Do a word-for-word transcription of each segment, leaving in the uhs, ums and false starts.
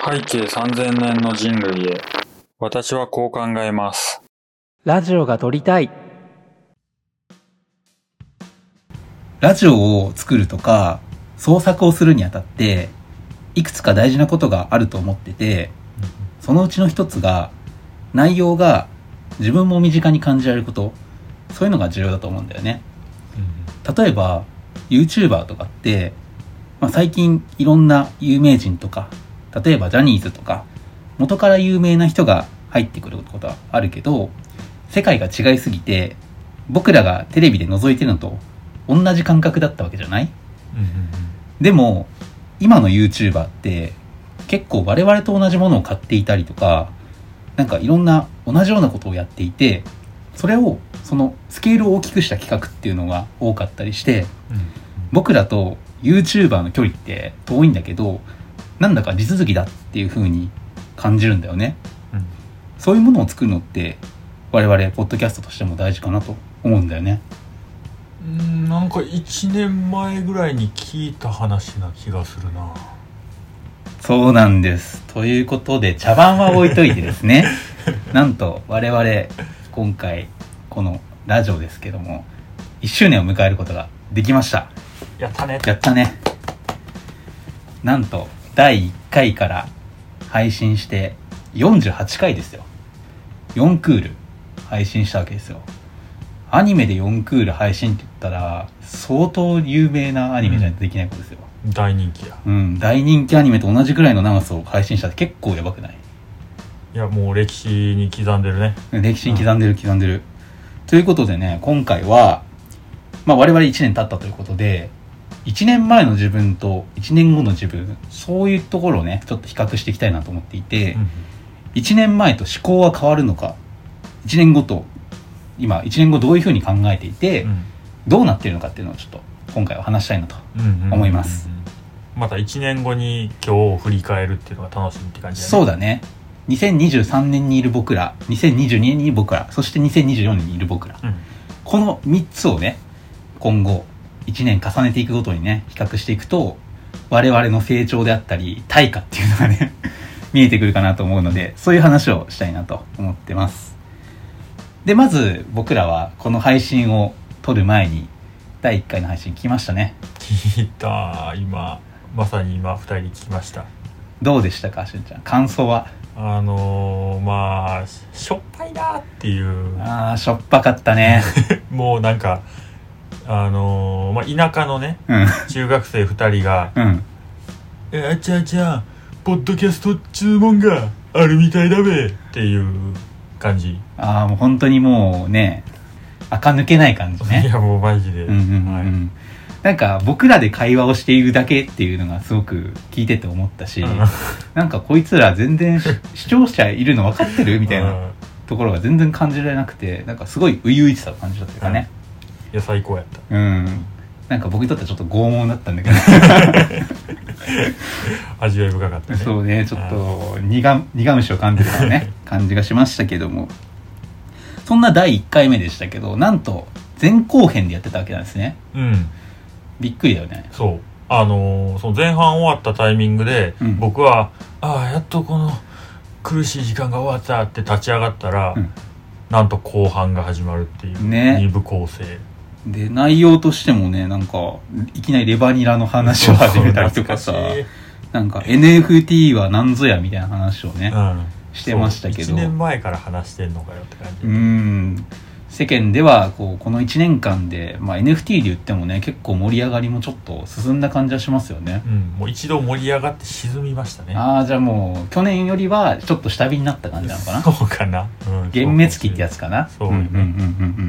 背景さんぜんねんの人類へ。私はこう考えます。 ラジオが撮りたい。 ラジオを作るとか創作をするにあたっていくつか大事なことがあると思ってて、そのうちの一つが内容が自分も身近に感じられること、そういうのが重要だと思うんだよね。例えば YouTuber とかって、まあ、最近いろんな有名人とか、例えばジャニーズとか元から有名な人が入ってくることはあるけど、世界が違いすぎて僕らがテレビで覗いてるのと同じ感覚だったわけじゃない、うんうんうん、でも今の YouTuber って結構我々と同じものを買っていたりとか、なんかいろんな同じようなことをやっていて、それをそのスケールを大きくした企画っていうのが多かったりして、うんうん、僕らと YouTuber の距離って遠いんだけど、なんだか地続きだっていう風に感じるんだよね、うん、そういうものを作るのって我々ポッドキャストとしても大事かなと思うんだよね。 うーん、なんかいちねんまえぐらいに聞いた話な気がするな。 そうなんです。ということで茶番は置いといてですねなんと我々今回このラジオですけどもいっしゅうねんを迎えることができました。 やったねやったね。なんとだいいっかいから配信してよんじゅうはちかいですよ。よんクール配信したわけですよ。アニメでよんクール配信って言ったら相当有名なアニメじゃないとできないことですよ、 うん、大人気や。 うん、大人気アニメと同じくらいの長さを配信したって結構やばくない？ いや、もう歴史に刻んでるね。 歴史に刻んでる刻んでる、うん、ということでね、今回は、まあ、我々いちねん経ったということでいちねんまえの自分といちねんごの自分、そういうところをねちょっと比較していきたいなと思っていて、うん、いちねんまえと思考は変わるのか、いちねんごと今いちねんごどういう風に考えていて、うん、どうなっているのかっていうのをちょっと今回は話したいなと思います。 またいちねんごに今日を振り返るっていうのが楽しみって感じだね。 そうだね。にせんにじゅうさんねんにいる僕ら、にせんにじゅうにねんにいる僕ら、そしてにせんにじゅうよねんにいる僕ら、うん、このみっつをね今後いちねん重ねていくごとにね比較していくと我々の成長であったり対価っていうのがね見えてくるかなと思うので、そういう話をしたいなと思ってます。でまず僕らはこの配信を撮る前にだいいっかいの配信聞きましたね。 聞いた。今まさに今ふたりで聞きました。 どうでしたか、しゅんちゃん、感想は？ あのー、まあしょっぱいなっていう。 あーしょっぱかったねもうなんかあのー、まあ田舎のね、うん、中学生ふたりが、うん、えあちゃあちゃポッドキャスト注文があるみたいだべっていう感じ。 ああもう本当にもうね垢抜けない感じね。 いやもうマジで、うんうんうん、はい、 なんか僕らで会話をしているだけっていうのがすごく聞いてて思ったし、うん、なんかこいつら全然視聴者いるの分かってるみたいなところが全然感じられなくて、なんかすごい初々しさを感じたっていうかね、 うん、いや最高やった。 うんなんか僕にとってはちょっと拷問だったんだけど味わい深かったね。 そうね、ちょっと苦苦虫を感じるようなね感じがしましたけども、そんなだいいっかいめでしたけど、なんと前後編でやってたわけなんですね。うん。びっくりだよね。 そう。あのー、その前半終わったタイミングで、うん、僕はああやっとこの苦しい時間が終わったって立ち上がったら、うん、なんと後半が始まるっていうね、に部構成で、内容としてもね、なんかいきなりレバニラの話を始めたりとかさ、なんか エヌエフティー は何ぞやみたいな話をね、うん、してましたけど、いちねんまえから話してんのかよって感じ。 うーん、世間ではこうこのいちねんかんで、まあ、エヌエフティー で言ってもね結構盛り上がりもちょっと進んだ感じはしますよね、 うん、もう一度盛り上がって沈みましたね。 ああ、じゃあもう去年よりはちょっと下火になった感じなのかな。 そうかな、うん、 幻滅期ってやつかな。 そうね、うんうんうんうん、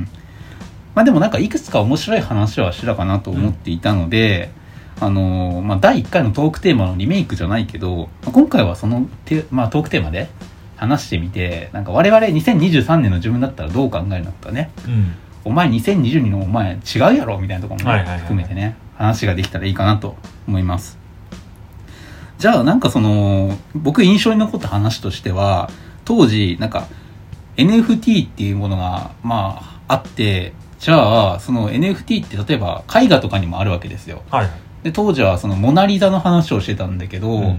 まあでもなんかいくつか面白い話はしてたかなと思っていたので、うん、あのー、まあだいいっかいのトークテーマのリメイクじゃないけど、今回はそのて、まあ、トークテーマで話してみて、なんか我々にせんにじゅうさんねんの自分だったらどう考えるのかね、うん、お前にせんにじゅうにのお前違うやろみたいなところも、ね、はいはいはい、含めてね話ができたらいいかなと思います。じゃあなんかその僕印象に残った話としては、当時なんか エヌエフティー っていうものがまああって、じゃあその エヌエフティー って例えば絵画とかにもあるわけですよ、はい、で当時はそのモナリザの話をしてたんだけど、うん、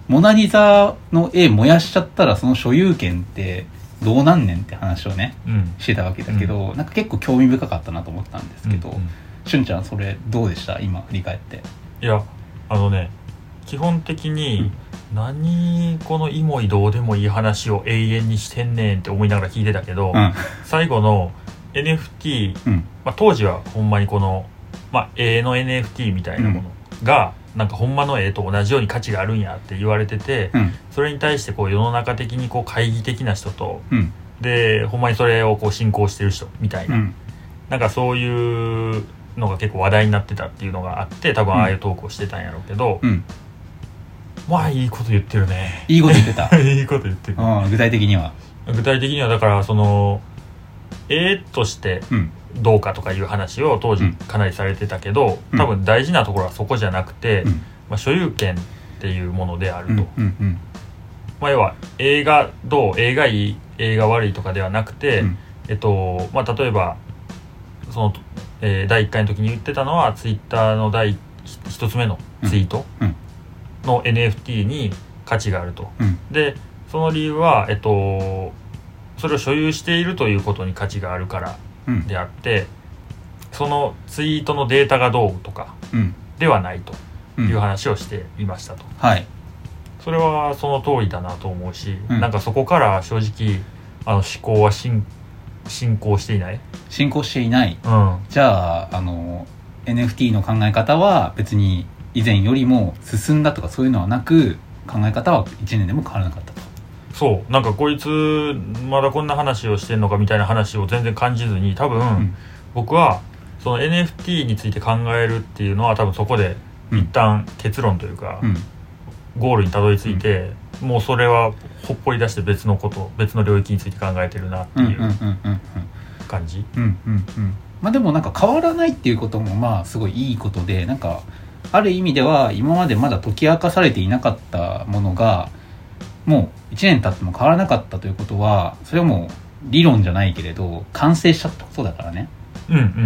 モナリザの絵燃やしちゃったらその所有権ってどうなんねんって話をね、うん、してたわけだけど、うん、なんか結構興味深かったなと思ったんですけど、うんうん、しゅんちゃんそれどうでした今振り返って。 いやあのね基本的に、うん、何このイモイどうでもいい話を永遠にしてんねんって思いながら聞いてたけど、うん、最後の エヌエフティー、うんまあ、当時はほんまにこの、まあ、絵の エヌエフティー みたいなものが、うん、なんかほんまの絵と同じように価値があるんやって言われてて、うん、それに対してこう世の中的にこう懐疑的な人と、うん、でほんまにそれをこう信仰してる人みたいな、うん、なんかそういうのが結構話題になってたっていうのがあって多分ああいうトークをしてたんやろうけど、うん、まあいいこと言ってるね。 いいこと言ってたいいこと言ってる、 うん、具体的には具体的にはだからその絵としてどうかとかいう話を当時かなりされてたけど、うん、多分大事なところはそこじゃなくて、うんまあ、所有権っていうものであると、うんうんうんまあ、要は映画どう映画いい映画悪いとかではなくて、うんえっとまあ、例えばその、えー、だいいっかいの時に言ってたのはツイッターの第一つ目のツイートの エヌエフティー に価値があると、うん、でその理由は、えっと、それを所有しているということに価値があるからであって、うん、そのツイートのデータがどうとかではないという話をしていましたと、 うんはい、 それはその通りだなと思うし、うん、なんかそこから正直あの思考は進進行していない進行していない、うん、じゃあ、あの エヌエフティー の考え方は別に以前よりも進んだとかそういうのはなく考え方はいちねんでも変わらなかったと。 そうなんかこいつまだこんな話をしてんのかみたいな話を全然感じずに多分、うん、僕はその エヌエフティー について考えるっていうのは多分そこで一旦結論というか、うん、ゴールにたどり着いて、うん、もうそれはほっぽり出して別のこと別の領域について考えてるなっていう感じ。 まあでもなんか変わらないっていうこともまあすごいいいことでなんかある意味では今までまだ解き明かされていなかったものがもういちねん経っても変わらなかったということはそれはもう理論じゃないけれど完成しちゃったことだからね、うんうんうんうん、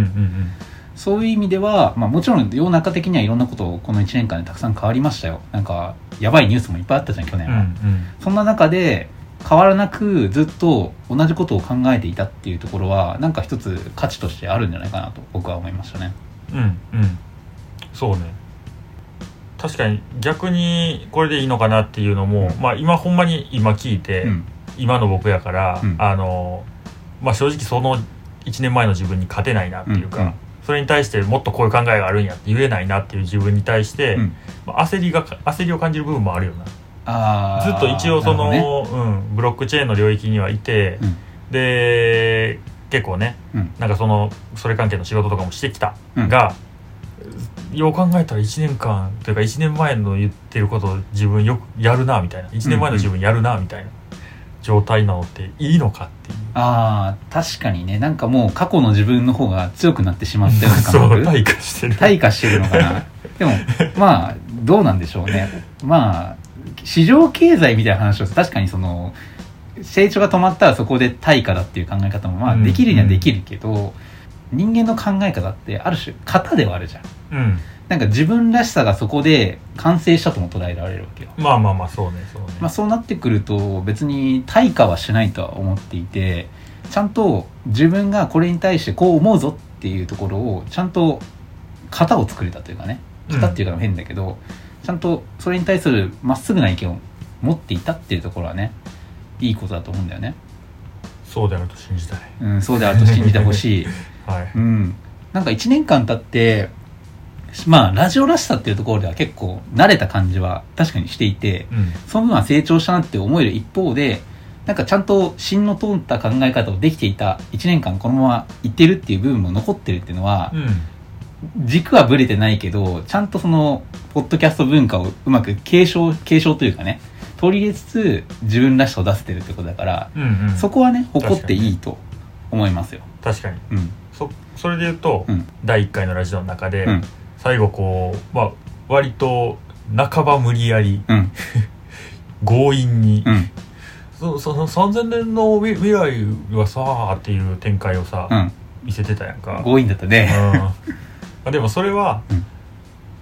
そういう意味では、まあ、もちろん世の中的にはいろんなことをこのいちねんかんでたくさん変わりましたよ。なんかやばいニュースもいっぱいあったじゃん去年は、うんうん、そんな中で変わらなくずっと同じことを考えていたっていうところはなんか一つ価値としてあるんじゃないかなと僕は思いましたね。 うんうんそうね確かに逆にこれでいいのかなっていうのも、うんまあ、今ほんまに今聞いて、うん、今の僕やから、うんあのまあ、正直そのいちねんまえの自分に勝てないなっていうか、うんうん、それに対してもっとこういう考えがあるんやって言えないなっていう自分に対して、うんまあ、焦りが焦りを感じる部分もあるよな。あずっと一応その、ねうん、ブロックチェーンの領域にはいて、うん、で結構ね、うん、なんかそのそれ関係の仕事とかもしてきたが、うん、よう考えたらいちねんかんというかいちねんまえの言ってることを自分よくやるなみたいないちねんまえの自分やるなみたいな状態なのっていいのかっていう、うんうん、 あー確かにねなんかもう過去の自分の方が強くなってしまったような感覚そう退化してる退化してるのかなでもまあどうなんでしょうね。まあ市場経済みたいな話を確かにその成長が止まったらそこで対価だっていう考え方もまあできるにはできるけど、うんうん、人間の考え方ってある種型ではあるじゃん、うん、なんか自分らしさがそこで完成したとも捉えられるわけよ。 まあまあまあそうねそうね、 まあ、そうなってくると別に対価はしないとは思っていてちゃんと自分がこれに対してこう思うぞっていうところをちゃんと型を作れたというかね型っていうか変だけど、うんちゃんとそれに対するまっすぐな意見を持っていたっていうところはねいいことだと思うんだよね。 そうであると信じたい、 うん、そうであると信じてほしい、 はいうん、なんかいちねんかん経ってまあラジオらしさっていうところでは結構慣れた感じは確かにしていて、うん、その分は成長したなって思える一方でなんかちゃんと芯の通った考え方をできていたいちねんかんこのままいってるっていう部分も残ってるっていうのは、うん軸はぶれてないけどちゃんとそのポッドキャスト文化をうまく継承継承というかね取り入れつつ自分らしさを出せてるってことだから、うんうん、そこはね誇っていいと思いますよ。 確かに、うん、そ, それで言うと、うん、だいいっかいのラジオの中で、うん、最後こう、まあ、割と半ば無理やり、うん、強引に、うん、そ, そのさんぜんねんの未来はさーっていう展開をさ、うん、見せてたやんか。 強引だったね、 うんでもそれは、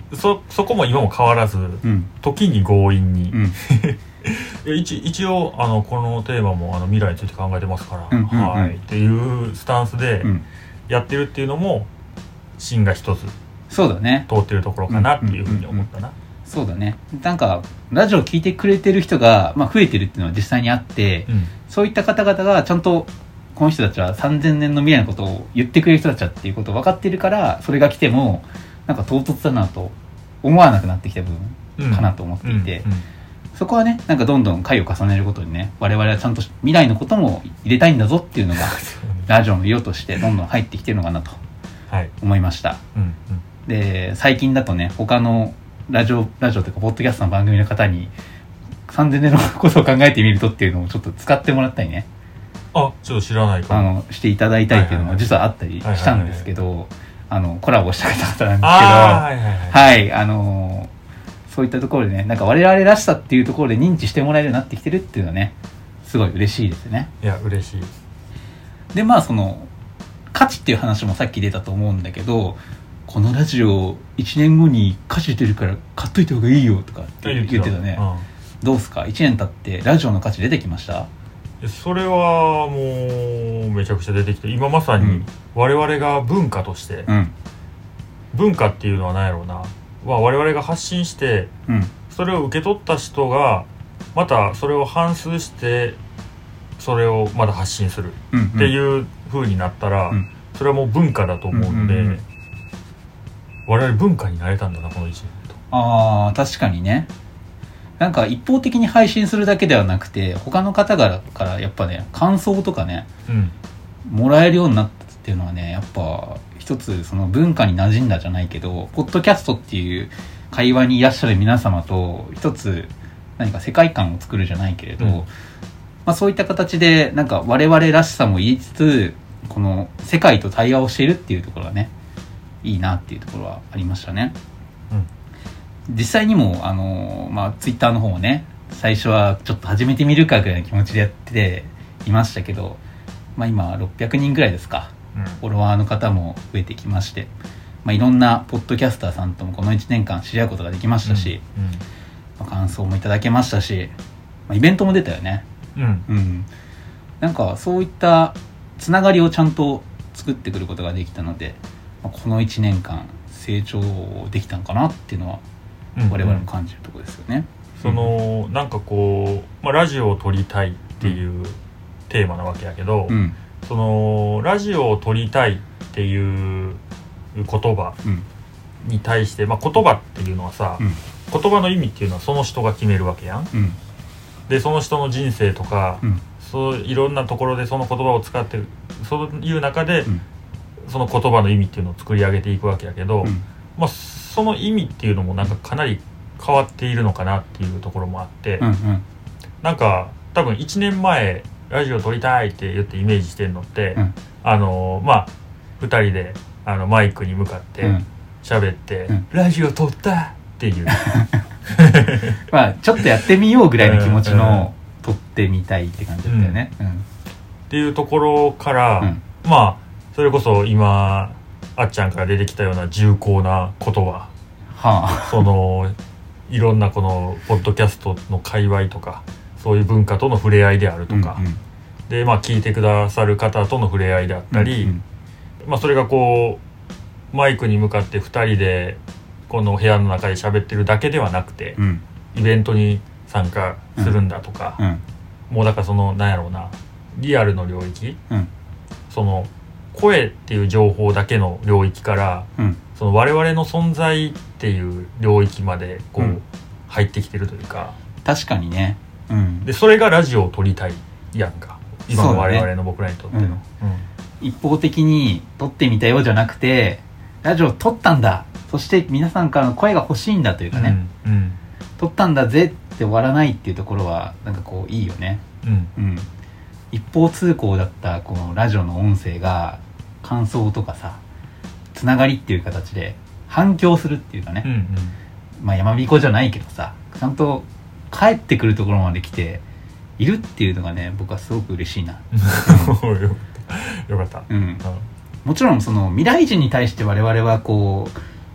そ, そこも今も変わらず、うん、時に強引に、うん一, 一応あのこのテーマもあの未来について考えてますから、うんうんうん、はいっていうスタンスでやってるっていうのも芯が一つそうだね通ってるところかなっていうふうに思ったな、 うんうんうんうん、そうだねなんかラジオ聞いてくれてる人が、まあ、増えてるっていうのは実際にあって、うん、そういった方々がちゃんとこの人たちはさんぜんねんの未来のことを言ってくれる人たちだっていうことを分かってるからそれが来てもなんか唐突だなと思わなくなってきた部分かなと思っていて、うんうんうんそこはねなんかどんどん回を重ねることにね我々はちゃんと未来のことも入れたいんだぞっていうのがラジオの色としてどんどん入ってきてるのかなと思いました、はいうんうん、で最近だとね他のラジオラジオというかポッドキャストの番組の方にさんぜんねんのことを考えてみるとっていうのをちょっと使ってもらったりねあちょっと知らないかあのしていただいたいっていうのも実はあったりしたんですけどあのコラボした方なんですけどはいはいはい、はい、あのそういったところでねなんか我々らしさっていうところで認知してもらえるようになってきてるっていうのはねすごい嬉しいですね。 いや嬉しいでまあその価値っていう話もさっき出たと思うんだけどこのラジオいちねんごに価値出るから買っといた方がいいよとかって言ってたね、うん、どうすかいちねん経ってラジオの価値出てきました？ それはもうめちゃくちゃ出てきて今まさに我々が文化として、うん、文化っていうのは何やろうな我々が発信して、うん、それを受け取った人がまたそれを反芻してそれをまた発信するっていう風になったら、うんうん、それはもう文化だと思うので、うんうんうん、我々文化になれたんだなこのいちねんと。 あー確かにねなんか一方的に配信するだけではなくて他の方々からやっぱね感想とかね、うん、もらえるようになったっていうのはねやっぱ一つその文化に馴染んだじゃないけどポッドキャストっていう会話にいらっしゃる皆様と一つ何か世界観を作るじゃないけれど、うんまあ、そういった形でなんか我々らしさも言いつつこの世界と対話をしているっていうところがねいいなっていうところはありましたね、うん、実際にもあの、まあ、ツイッターの方もね最初はちょっと始めてみるかぐらいの気持ちでやっていましたけど、まあ、今ろっぴゃくにんぐらいですかフォロワーの方も増えてきまして、まあ、いろんなポッドキャスターさんともこのいちねんかん知り合うことができましたし、うんうんまあ、感想もいただけましたし、まあ、イベントも出たよね、うんうん、なんかそういったつながりをちゃんと作ってくることができたので、まあ、このいちねんかん成長できたのかなっていうのは我々も感じるところですよね、 うんうん、そのなんかこう、まあ、ラジオを撮りたいっていうテーマなわけやけど、うんそのラジオを撮りたいっていう言葉に対して、まあ、言葉っていうのはさ、うん、言葉の意味っていうのはその人が決めるわけやん、うん、でその人の人生とか、うん、そういろんなところでその言葉を使ってるそういう中で、うん、その言葉の意味っていうのを作り上げていくわけやけど、うんまあ、その意味っていうのもなんかかなり変わっているのかなっていうところもあって、うんうん、なんか多分いちねんまえラジオ撮りたいって言ってイメージしてるのって、うん、あのまあふたりであのマイクに向かって喋って、うん、ラジオ撮ったっていうまあちょっとやってみようぐらいの気持ちの撮ってみたいって感じだったよね、うんうん、 っていうところから、うん、まあそれこそ今あっちゃんから出てきたような重厚な言葉、はあ、そのいろんなこのポッドキャストの界隈とかそういう文化との触れ合いであるとか、うんうん、でまあ聞いてくださる方との触れ合いであったり、うんうんまあ、それがこうマイクに向かってふたりでこの部屋の中で喋ってるだけではなくて、うん、イベントに参加するんだとか、うんうん、もうだからそのなんやろうなリアルの領域、うん、その声っていう情報だけの領域から、うん、その我々の存在っていう領域までこう、うん、入ってきてるというか確かにねうん、 でそれがラジオを撮りたいやんか今の我々の僕らにとっての、ねうんうん、 一方的に撮ってみたよじゃなくてラジオ撮ったんだそして皆さんからの声が欲しいんだというかね、うんうん、撮ったんだぜって終わらないっていうところはなんかこういいよね、うんうん、一方通行だったこのラジオの音声が感想とかさつながりっていう形で反響するっていうかね、うんうん、まあ山彦じゃないけどさちゃんと帰ってくるところまで来ているっていうのがね僕はすごく嬉しいなよかった、うん、 もちろんその未来人に対して我々はこう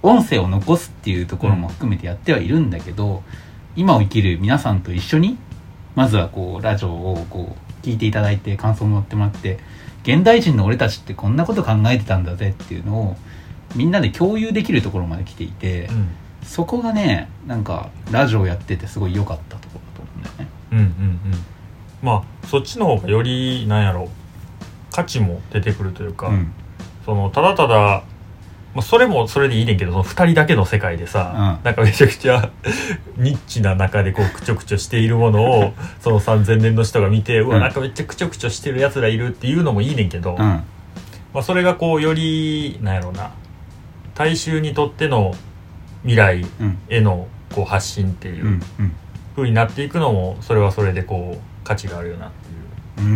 音声を残すっていうところも含めてやってはいるんだけど、うん、今を生きる皆さんと一緒にまずはこうラジオをこう聞いていただいて感想を持ってもらって、現代人の俺たちってこんなこと考えてたんだぜっていうのをみんなで共有できるところまで来ていて、うん、そこがねなんかラジオやっててすごい良かったところだと思うんだよね。 うんうんうん。まあそっちの方がよりなんやろ価値も出てくるというか、うん、そのただただ、まあ、それもそれでいいねんけど、そのふたりだけの世界でさ、うん、なんかめちゃくちゃニッチな中でこうクチョクチョしているものをそのさんぜんねんの人が見て、うん、うわなんかめっちゃクチョクチョしてるやつらいるっていうのもいいねんけど、うん、まあ、それがこうよりなんやろうな大衆にとっての未来へのこう発信っていう風になっていくのも、それはそれでこう価値があるよなっていう。 うん、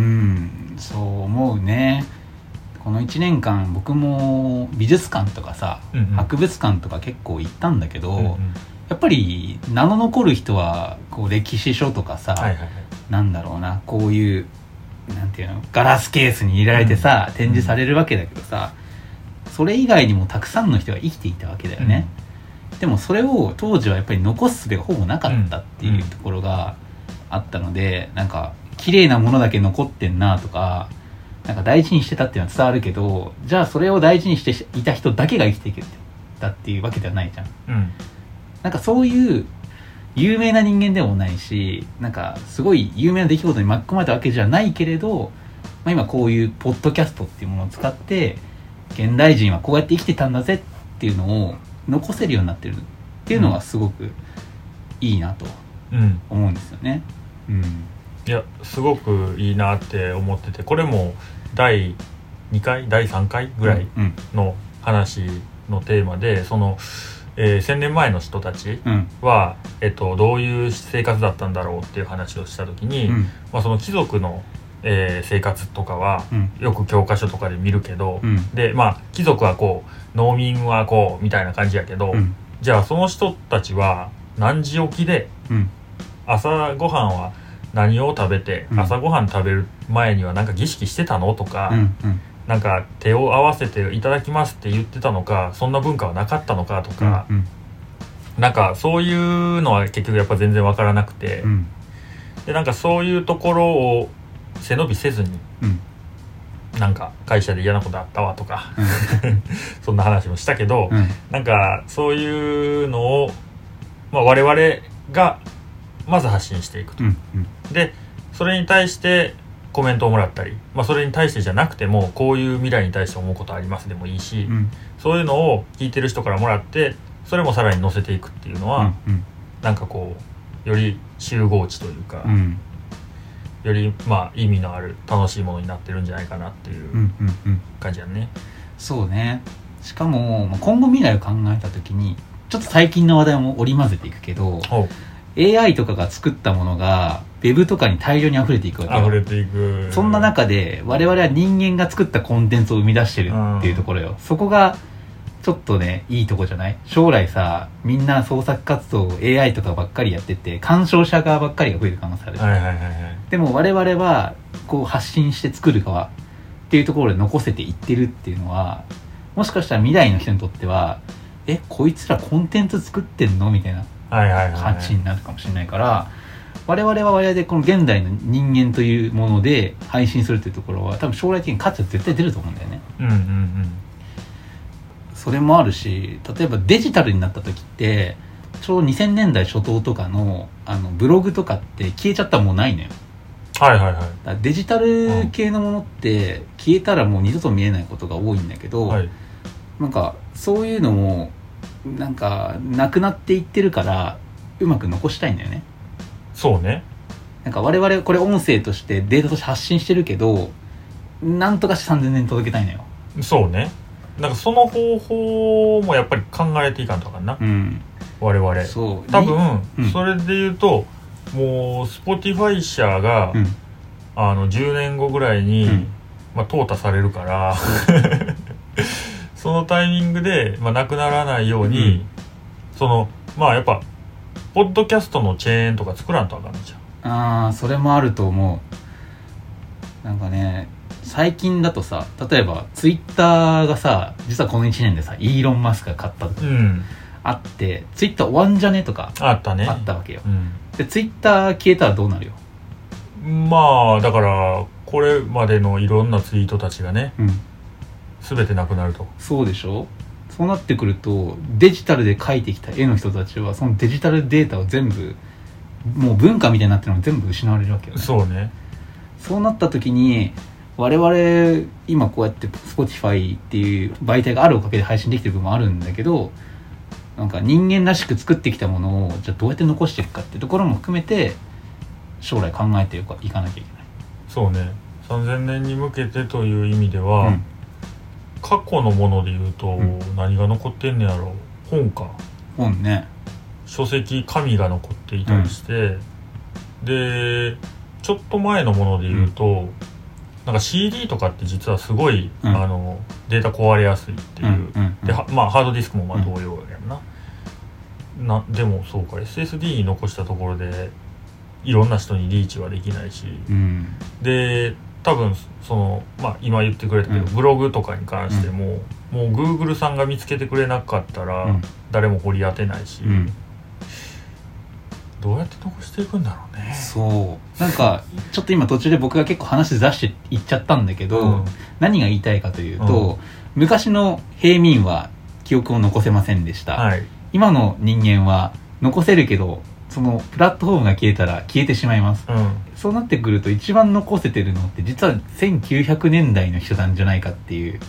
そう思うね。このいちねんかん僕も美術館とかさ、うんうん、博物館とか結構行ったんだけど、うんうん、やっぱり名の残る人はこう歴史書とかさ、はいはいはい、なんだろうな、こういうなんていうのガラスケースに入れられてさ、うん、展示されるわけだけどさ、それ以外にもたくさんの人が生きていたわけだよね、うん、でもそれを当時はやっぱり残す術がほぼなかったっていうところがあったので、なんか綺麗なものだけ残ってんなとか、なんか大事にしてたっていうのは伝わるけど、じゃあそれを大事にしていた人だけが生きていけたっていうわけではないじゃん、うん、なんかそういう有名な人間でもないし、なんかすごい有名な出来事に巻き込まれたわけじゃないけれど、まあ、今こういうポッドキャストっていうものを使って現代人はこうやって生きてたんだぜっていうのを残せるようになってるっていうのがすごくいいなと思うんですよね、うんうん、 いやすごくいいなって思ってて、これもだいにかいだいさんかいぐらいの話のテーマで、その、えー、せんねんまえの人たちは、うん、えっと、どういう生活だったんだろうっていう話をした時に、うん、まあ、その貴族の、えー、生活とかは、うん、よく教科書とかで見るけど、うん、でまあ貴族はこう農民はこうみたいな感じやけど、うん、じゃあその人たちは何時起きで、うん、朝ごはんは何を食べて、うん、朝ごはん食べる前にはなんか儀式してたのとか、うんうん、なんか手を合わせていただきますって言ってたのか、そんな文化はなかったのかとか、うんうん、なんかそういうのは結局やっぱ全然わからなくて、うん、でなんかそういうところを背伸びせずに、うん、なんか会社で嫌なことあったわとか、うん、そんな話もしたけど、うん、なんかそういうのを、まあ、我々がまず発信していくと、うんうん、でそれに対してコメントをもらったり、まあ、それに対してじゃなくてもこういう未来に対して思うことありますでもいいし、うん、そういうのを聞いてる人からもらってそれもさらに載せていくっていうのは、うんうん、なんかこうより集合値というか、うん、よりまあ意味のある楽しいものになってるんじゃないかなっていう感じやね、うんうんうん、 そうね。しかも今後未来を考えた時にちょっと最近の話題も織り交ぜていくけど、エーアイ とかが作ったものがウェブとかに大量に溢れていくわけよ。 溢れていく。 そんな中で我々は人間が作ったコンテンツを生み出してるっていうところよ。そこがちょっとねいいとこじゃない？将来さみんな創作活動を エーアイ とかばっかりやってて鑑賞者側ばっかりが増える可能性ある、はいはいはいはい、でも我々はこう発信して作る側っていうところで残せていってるっていうのは、もしかしたら未来の人にとってはえこいつらコンテンツ作ってんのみたいな感じになるかもしれないから、我々は我々でこの現代の人間というもので配信するというところは多分将来的に価値は絶対出ると思うんだよね。うんうんうん。それもあるし、例えばデジタルになった時ってちょうどにせんねんだい初頭とかのあのブログとかって消えちゃったらもうないのよ。 はいはいはい。 だからデジタル系のものって消えたらもう二度と見えないことが多いんだけど、はい、なんかそういうのもなんかなくなっていってるからうまく残したいんだよね。 そうね。 なんか我々これ音声としてデータとして発信してるけど、なんとかしてさんぜんねんに届けたいのよ。 そうね。なんかその方法もやっぱり考えていかんとかな、うん、我々。そう多分、うん、それで言うともう Spotify 社が、うん、あのじゅうねんごぐらいに、うんまあ、淘汰されるからそのタイミングで、まあ、なくならないように、うん、そのまあやっぱポッドキャストのチェーンとか作らんとあかんじゃん。 ああそれもあると思う。なんかね最近だとさ、例えばツイッターがさ、実はこのいちねんでさイーロン・マスクが買ったとか、うん、あってツイッター終わんじゃねとかあったね、 あったわけよ、うん、でツイッター消えたらどうなるよ。 まあだからこれまでのいろんなツイートたちがね、うん、全てなくなると。 そうでしょ。そうなってくるとデジタルで描いてきた絵の人たちはそのデジタルデータを全部もう文化みたいになってるのが全部失われるわけよね。 そうね。 そうなった時に我々今こうやって Spotify っていう媒体があるおかげで配信できてる部分もあるんだけど、なんか人間らしく作ってきたものをじゃあどうやって残していくかっていうところも含めて将来考えていかなきゃいけない。 そうね。さんぜんねんに向けてという意味では、うん、過去のもので言うと何が残ってんねやろう。本か。 本ね。 書籍紙が残っていたりして、うん、でちょっと前のもので言うと、うん、なんか シーディー とかって実はすごい、うん、あのデータ壊れやすいっていう、うんうんうん、でまあハードディスクもまあ同様やんな、うん、なでもそうか エスエスディー に残したところでいろんな人にリーチはできないし、うん、で多分その、まあ、今言ってくれたけど、うん、ブログとかに関しても、うん、もう Google さんが見つけてくれなかったら、うん、誰も掘り当てないし、うん、どうやって残していくんだろうね。 そうなんかちょっと今途中で僕が結構話出していっちゃったんだけど、うん、何が言いたいかというと、うん、昔の平民は記憶を残せませんでした、はい、今の人間は残せるけどそのプラットフォームが消えたら消えてしまいます、うん、そうなってくると一番残せてるのって実はせんきゅうひゃくねんだいの人なんじゃないかっていう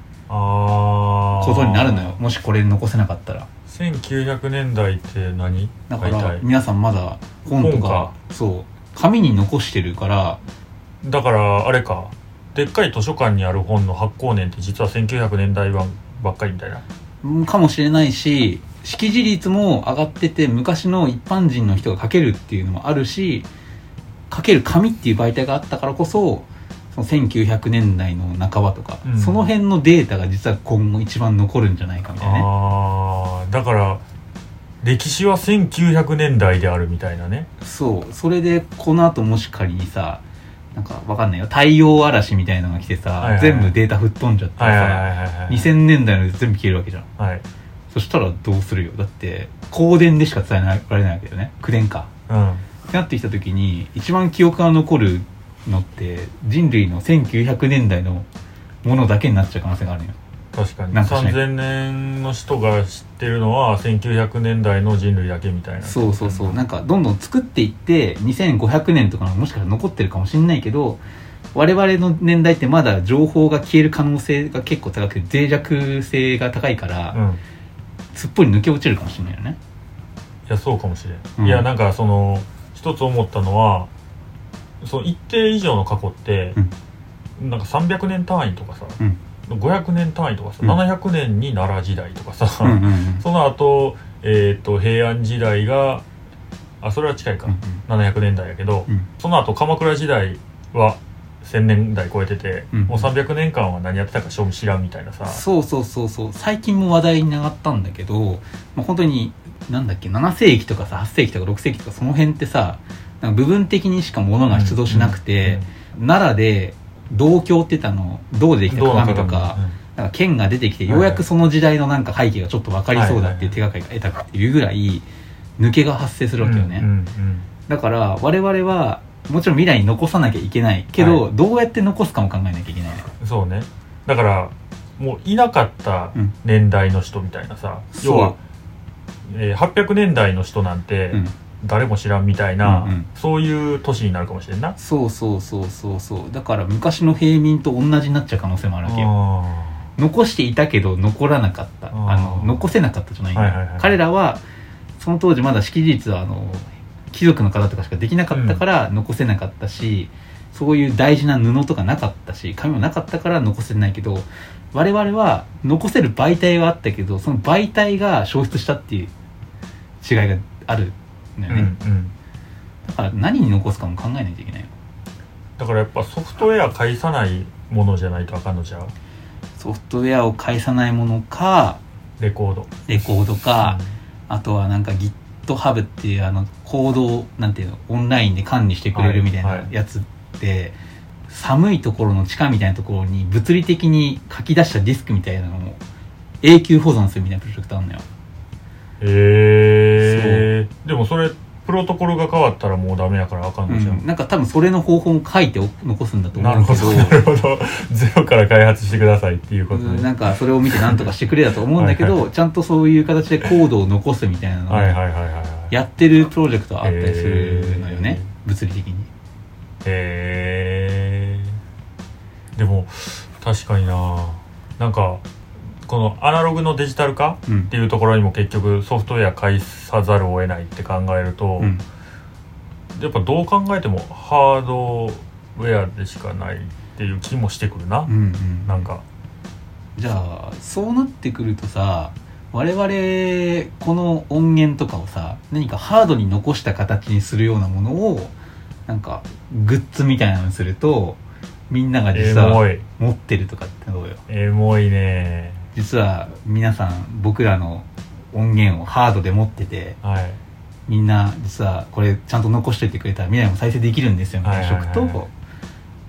ことになるのよ。もしこれ残せなかったら。 せんきゅうひゃくねんだいって何？ だから皆さんまだ本と か, かそう紙に残してるから。 だからあれか、でっかい図書館にある本の発行年って実はせんきゅうひゃくねんだいばっかりみたいなかもしれないし、識字率も上がってて昔の一般人の人が書けるっていうのもあるし、書ける紙っていう媒体があったからこそそのせんきゅうひゃくねんだいの半ばとか、うん、その辺のデータが実は今後一番残るんじゃないかみたいなね。 あだから歴史はせんきゅうひゃくねんだいであるみたいなね。 そう。それでこの後もし仮にさ、なんかわかんないよ、太陽嵐みたいなのが来てさ、はいはいはい、全部データ吹っ飛んじゃってさ、はいはいはいはい、にせんねんだいの全部消えるわけじゃん、はい、そしたらどうするよ。だって光電でしか伝えられないわけだよね。口伝か、うん、ってなってきた時に一番記憶が残るのって人類のせんきゅうひゃくねんだいのものだけになっちゃう可能性があるのよ。 確かにかさんぜんねんの人が知ってるのはせんきゅうひゃくねんだいの人類だけみたいな。 そうそうそう。なんかどんどん作っていってにせんごひゃくねんとかのもしかしたら残ってるかもしれないけど、我々の年代ってまだ情報が消える可能性が結構高くて脆弱性が高いから、うん、すっぽり抜け落ちるかもしれないよね。 いやそうかもしれん、うん、いやなんかその一つ思ったのは、その一定以上の過去って、うん、なんかさんびゃくねん単位とかさ、うんごひゃくねん単位とかさ、うん、ななひゃくねんに奈良時代とかさ、うんうんうん、その後、えーと平安時代があそれは近いか、うんうん、ななひゃくねんだいやけど、うん、その後鎌倉時代はせんねんだい超えてて、うん、もうさんびゃくねんかんは何やってたか正味知らんみたいなさ。 そうそうそうそう。最近も話題に上がったんだけど、まあ、本当になんだっけななせいきとかさはっせいきとかろくせいきとかその辺ってさ、なんか部分的にしか物が出土しなくて、うんうんうん、奈良で銅鏡って言ったの銅でできた鏡とか、うん、なんか剣が出てきてようやくその時代のなんか背景がちょっと分かりそうだっていう手がかりが得たっていうぐらい抜けが発生するわけよね、うんうんうん、だから我々はもちろん未来に残さなきゃいけないけど、はい、どうやって残すかも考えなきゃいけない。 そうね。だからもういなかった年代の人みたいなさ、うん、要は、えー、はっぴゃくねんだいの人なんて、うん誰も知らんみたいな、うんうん、そういう年になるかもしれんな。 そうそうそうそうそう。だから昔の平民と同じになっちゃう可能性もあるわけよ。残していたけど残らなかった、ああの残せなかったじゃないんだ、はいはいはい、彼らはその当時まだ識字率はあの貴族の方とかしかできなかったから残せなかったし、うん、そういう大事な布とかなかったし紙もなかったから残せないけど、我々は残せる媒体はあったけどその媒体が消失したっていう違いがあるね、うんうん、だから何に残すかも考えないといけないよ。 だからやっぱソフトウェア返さないものじゃないとあかんのじゃう。 ソフトウェアを返さないものかレコードレコードか、うん、あとはなんか GitHub っていうあのコードをなんていうのオンラインで管理してくれるみたいなやつで、はいはい、 寒いところの地下みたいなところに物理的に書き出したディスクみたいなのを永久保存するみたいなプロジェクトあるのよ。 へえー、でもそれプロトコルが変わったらもうダメやからあかんのじゃん、 うん、なんか多分それの方法を書いて残すんだと思うけど、 なるほどなるほどゼロから開発してくださいっていうことね、 うん、なんかそれを見て何とかしてくれだと思うんだけどはい、はい、ちゃんとそういう形でコードを残すみたいなのをやってるプロジェクトはあったりするのよね、物理的に。 へえー、でも確かにな、なんかこのアナログのデジタル化っていうところにも結局ソフトウェア介さざるを得ないって考えると、うん、やっぱどう考えてもハードウェアでしかないっていう気もしてくるな、うんうん、なんかじゃあそうなってくるとさ、我々この音源とかをさ何かハードに残した形にするようなものをなんかグッズみたいなのにするとみんなが実は持ってるとかってどうよ。 エモいね。 実は皆さん僕らの音源をハードで持ってて、はい、みんな実はこれちゃんと残しておいてくれたら未来も再生できるんですよみたいな職と、はいはいはい、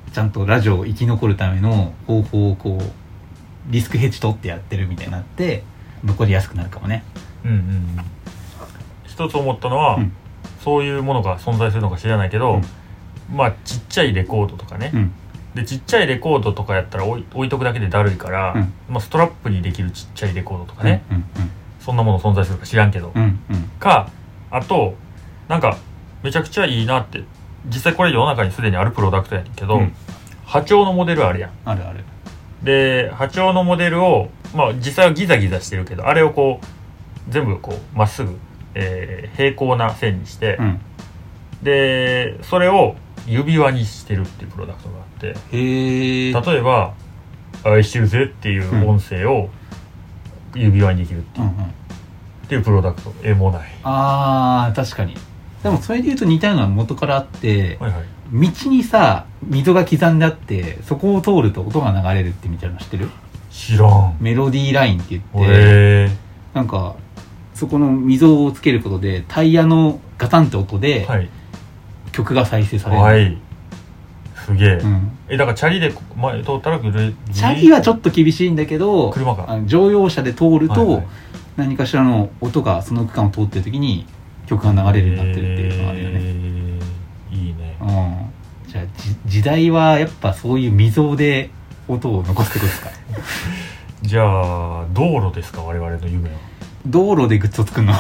ちゃんとラジオを生き残るための方法をこうリスクヘッジ取ってやってるみたいになって残りやすくなるかもね。 うんうんうん、一つ思ったのは、うん、そういうものが存在するのか知らないけど、うん、まあちっちゃいレコードとかね、うん、でちっちゃいレコードとかやったら置い、置いとくだけでだるいから、うんまあ、ストラップにできるちっちゃいレコードとかね、うんうんうん、そんなもの存在するか知らんけど、うんうん、かあとなんかめちゃくちゃいいなって、実際これ世の中にすでにあるプロダクトやねんけど、うん、波長のモデルあるやん。 あるある。 で波長のモデルを、まあ、実際はギザギザしてるけどあれをこう全部こうまっすぐ、えー、平行な線にして、うん、でそれを指輪にしてるっていうプロダクトがあって、へ例えば愛してるぜっていう音声を指輪にできるっていう、うんうん、っていうプロダクト。エモない。 あー確かに。でもそれで言うと似たような元からあって、はいはい、道にさ溝が刻んであってそこを通ると音が流れるってみたいなの知ってる？ 知らん。 メロディーラインって言ってなんかそこの溝をつけることでタイヤのガタンって音で、はい、曲が再生される。はい。 すげえ、うん、えだからチャリで前通ったらチャリはちょっと厳しいんだけど車かあの乗用車で通ると、はいはい、何かしらの音がその区間を通ってる時に曲が流れるようになってるっていうのがあるよね、 えー、いいね、 うん、じゃあ時代はやっぱそういう未曾有で音を残すってことですかじゃあ道路ですか我々の夢は。 道路でグッズを作るの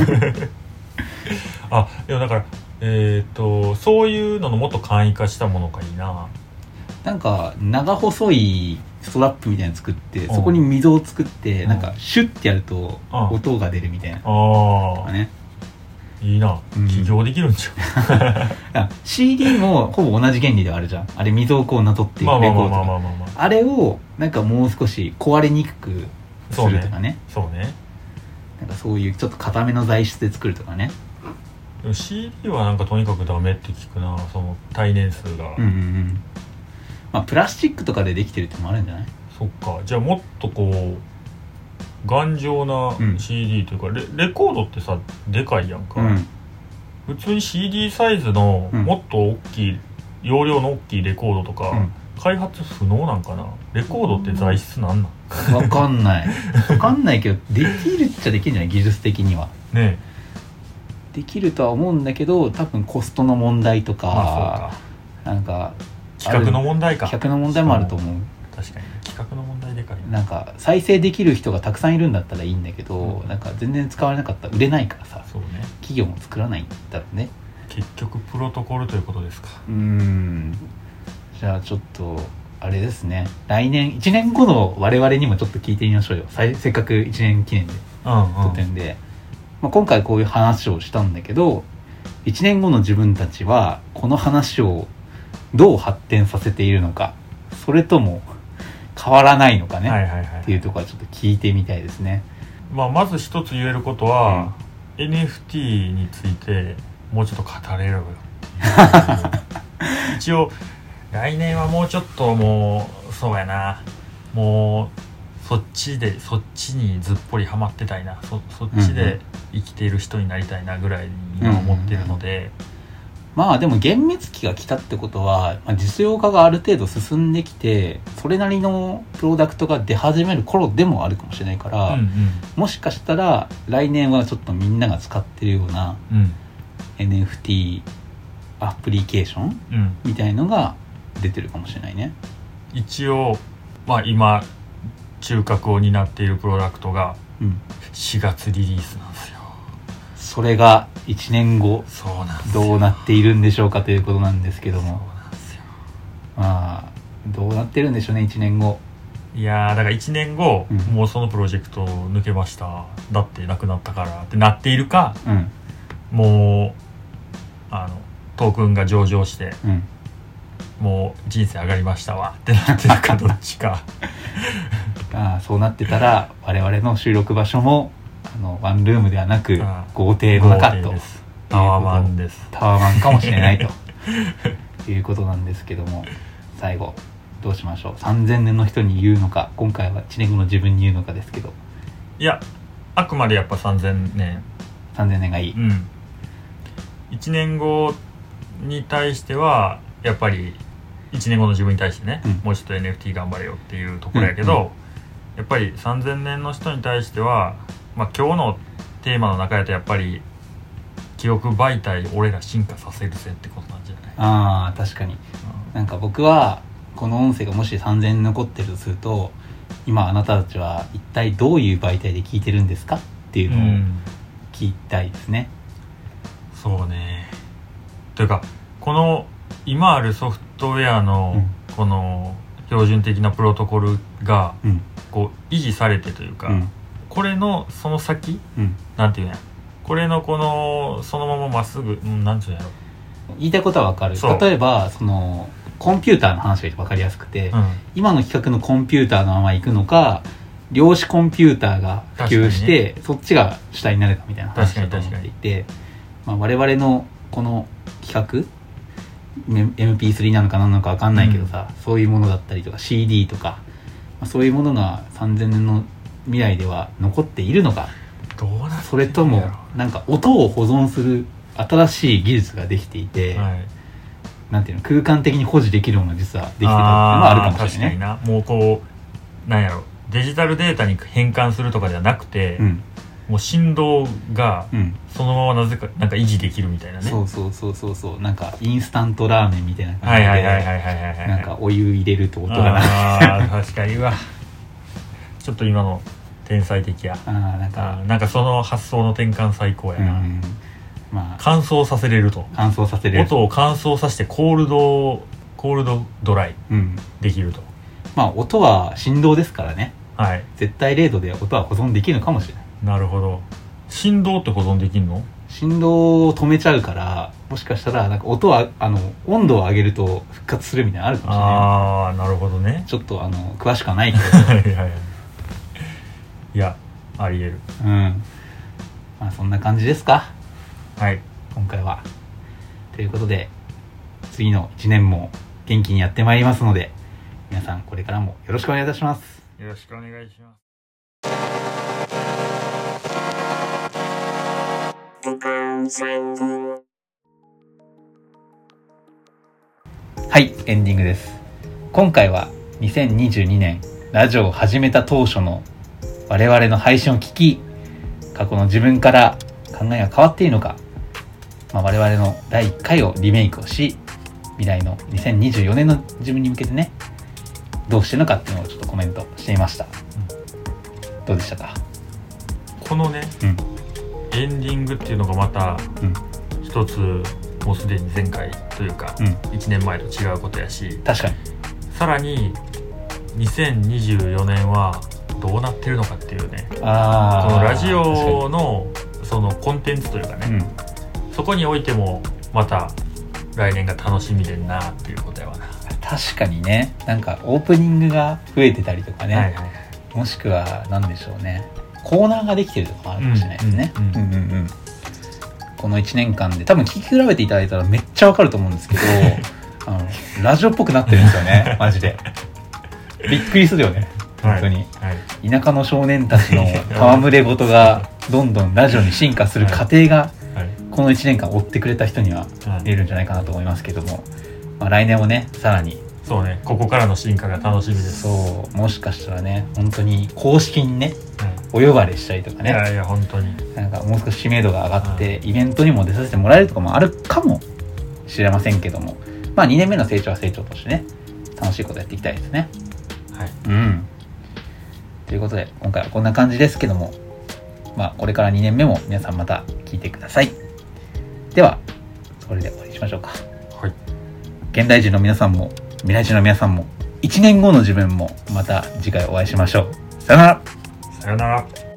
あでもだからえー、とそういうののもっと簡易化したものがいいな。 なんか長細いストラップみたいなの作って、うん、そこに溝を作って、うん、なんかシュッてやると音が出るみたいな、うん、とかね。 いいな、うん、起業できるんじゃんシーディー もほぼ同じ原理ではあるじゃん。あれ溝をこうなぞっているレコードとかあれをなんかもう少し壊れにくくするとかね。 そうね、そうね。 なんかそういうちょっと硬めの材質で作るとかね。 シーディー はなんかとにかくダメって聞くな、その耐年数が。うんうんうん。 まあプラスチックとかでできてるってのもあるんじゃない？ そっか。じゃあもっとこう頑丈な シーディー というか、うん、レ, レコードってさでかいやんか、うん、普通に シーディー サイズのもっと大きい、うん、容量の大きいレコードとか、うん、開発不能なんかな。レコードって材質なんなん？ わかんないわかんないけどできるっちゃできるんじゃない？技術的にはねえできるとは思うんだけど多分コストの問題とか、まあ、そうかなんか企画の問題か企画の問題もあると思う。 確かに企画の問題でかいな。なんか再生できる人がたくさんいるんだったらいいんだけど、うん、なんか全然使われなかったら売れないからさ。そうね。企業も作らないんだろうね。 結局プロトコルということですか。 うーんじゃあちょっとあれですね、来年いちねんごの我々にもちょっと聞いてみましょうよ。せっかくいちねん記念で撮ってるんで、うんうんまあ、今回こういう話をしたんだけどいちねんごの自分たちはこの話をどう発展させているのかそれとも変わらないのかね、はいはいはい、っていうところはちょっと聞いてみたいですね。 まあ、まず一つ言えることは、うん、エヌエフティー についてもうちょっと語れるよ一応来年はもうちょっともうそうやなもうそっちでそっちにずっぽりハマってたいな そ, そっちで生きている人になりたいなぐらいに思ってるので、 まあでも幻滅期が来たってことは、まあ、実用化がある程度進んできてそれなりのプロダクトが出始める頃でもあるかもしれないから、うんうん、もしかしたら来年はちょっとみんなが使ってるような、うん、エヌエフティー アプリケーション、うん、みたいのが出てるかもしれないね。 一応、まあ、今中核を担っているプロダクトがしがつリリースなんですよ。 それがいちねんごそうなんですよどうなっているんでしょうかということなんですけども、 そうなんですよ。 まあどうなってるんでしょうねいちねんご。 いやーだからいちねんご、うん、もうそのプロジェクト抜けましただってなくなったからってなっているか、うん、もうあのトークンが上場して、うん、もう人生上がりましたわってなってるかどっちかああそうなってたら我々の収録場所もあのワンルームではなく豪邸の中とタワマンですタワマンかもしれないということなんですけども、最後どうしましょう。さんぜんねんの人に言うのか今回はいちねんごの自分に言うのかですけど、 いやあくまでやっぱさんぜんねんさんぜんねんがいい、うん、 いちねんごに対してはやっぱりいちねんごの自分に対してね、うん、もうちょっと エヌエフティー 頑張れよっていうところやけど、うんうん、やっぱりさんぜんねんの人に対しては、まあ、今日のテーマの中やとやっぱり記憶媒体俺ら進化させるぜってことなんじゃない？ ああ確かに、うん、なんか僕はこの音声がもしさんぜんねん残ってるとすると今あなたたちは一体どういう媒体で聞いてるんですかっていうのを聞きたいですね、 うん、そうね。というかこの今あるソフトウェアのこの標準的なプロトコルがこう維持されてというか、うん、これのその先、うん、なんていうんやこれのこのそのまままっすぐ、うん、なんていうんやろ言いたいことは分かる。例えばそのコンピューターの話が分かりやすくて、うん、今の企画のコンピューターのまま行くのか量子コンピューターが普及して、ね、そっちが主体になるかみたいな話だと思っていて、まあ、我々のこの企画 エムピースリー なのか何なのか分かんないけどさ、うん、そういうものだったりとか シーディー とか、まあ、そういうものがさんぜんねんの未来では残っているのか、 どうなってそれともなんか音を保存する新しい技術ができていて、はい、なんていうの空間的に保持できるものが実はできてたっていうのはあるかもしれないね。 確かにな。もうこうなんやろデジタルデータに変換するとかではなくて、うん、もう振動がそのままなぜかなんか維持できるみたいなね、 うん、そうそうそうそうなんかインスタントラーメンみたいな感じでなんかお湯入れると音が鳴る。 あ確かにうわちょっと今の天才的や。 あなんかあなんかその発想の転換最高やな、うんまあ、乾燥させれると乾燥させれる音を乾燥させてコールドコールドドライできると、うん、 まあ音は振動ですからね、 はい、 絶対零度で音は保存できるのかもしれない。 なるほど。振動って保存できるの？ 振動を止めちゃうからもしかしたらなんか音はあの温度を上げると復活するみたいなのあるかもしれない。 ああなるほどね。 ちょっとあの詳しくはないけどはいはいはいいやあり得る。 うんまあそんな感じですか。 はい今回はということで次のいちねんも元気にやってまいりますので皆さんこれからもよろしくお願いいたします。 よろしくお願いします。 はいエンディングです。今回はにせんにじゅうにねんラジオを始めた当初の我々の配信を聞き過去の自分から考えが変わっているのか、まあ、我々のだいいっかいをリメイクをし未来のにせんにじゅうよねんの自分に向けてねどうしてるのかっていうのをちょっとコメントしてみました、うん、どうでしたか。 このね、うん、エンディングっていうのがまた一つ、うん、もうすでに前回というか、うん、いちねんまえと違うことやし確かにさらににせんにじゅうよねんはどうなってるのかっていうねあこのラジオのそのコンテンツというかね、うん、そこにおいてもまた来年が楽しみでんなっていうことやわな。 確かにねなんかオープニングが増えてたりとかね、 はいはい、 もしくは何でしょうねコーナーができてるとかあるかもしれないですね。このいちねんかんで多分聞き比べていただいたらめっちゃわかると思うんですけどあのラジオっぽくなってるんですよねマジでびっくりするよね本当に、はいはい、田舎の少年たちの戯れ事がどんどんラジオに進化する過程がこのいちねんかん追ってくれた人には見えるんじゃないかなと思いますけども、まあ、来年もねさらにそうね、ここからの進化が楽しみです。 そうもしかしたらね本当に公式にね、うん、お呼ばれしたりとかね、 いやいや本当になんかもう少し知名度が上がって、うん、イベントにも出させてもらえるとかもあるかもしれませんけども、まあにねんめの成長は成長としてね楽しいことやっていきたいですね。 はい、 うん。ということで今回はこんな感じですけども、まあこれからにねんめも皆さんまた聞いてください。ではそれで終わりにしましょうか。 はい。 現代人の皆さんも未来人の皆さんもいちねんごの自分もまた次回お会いしましょう。さよなら。 さよなら。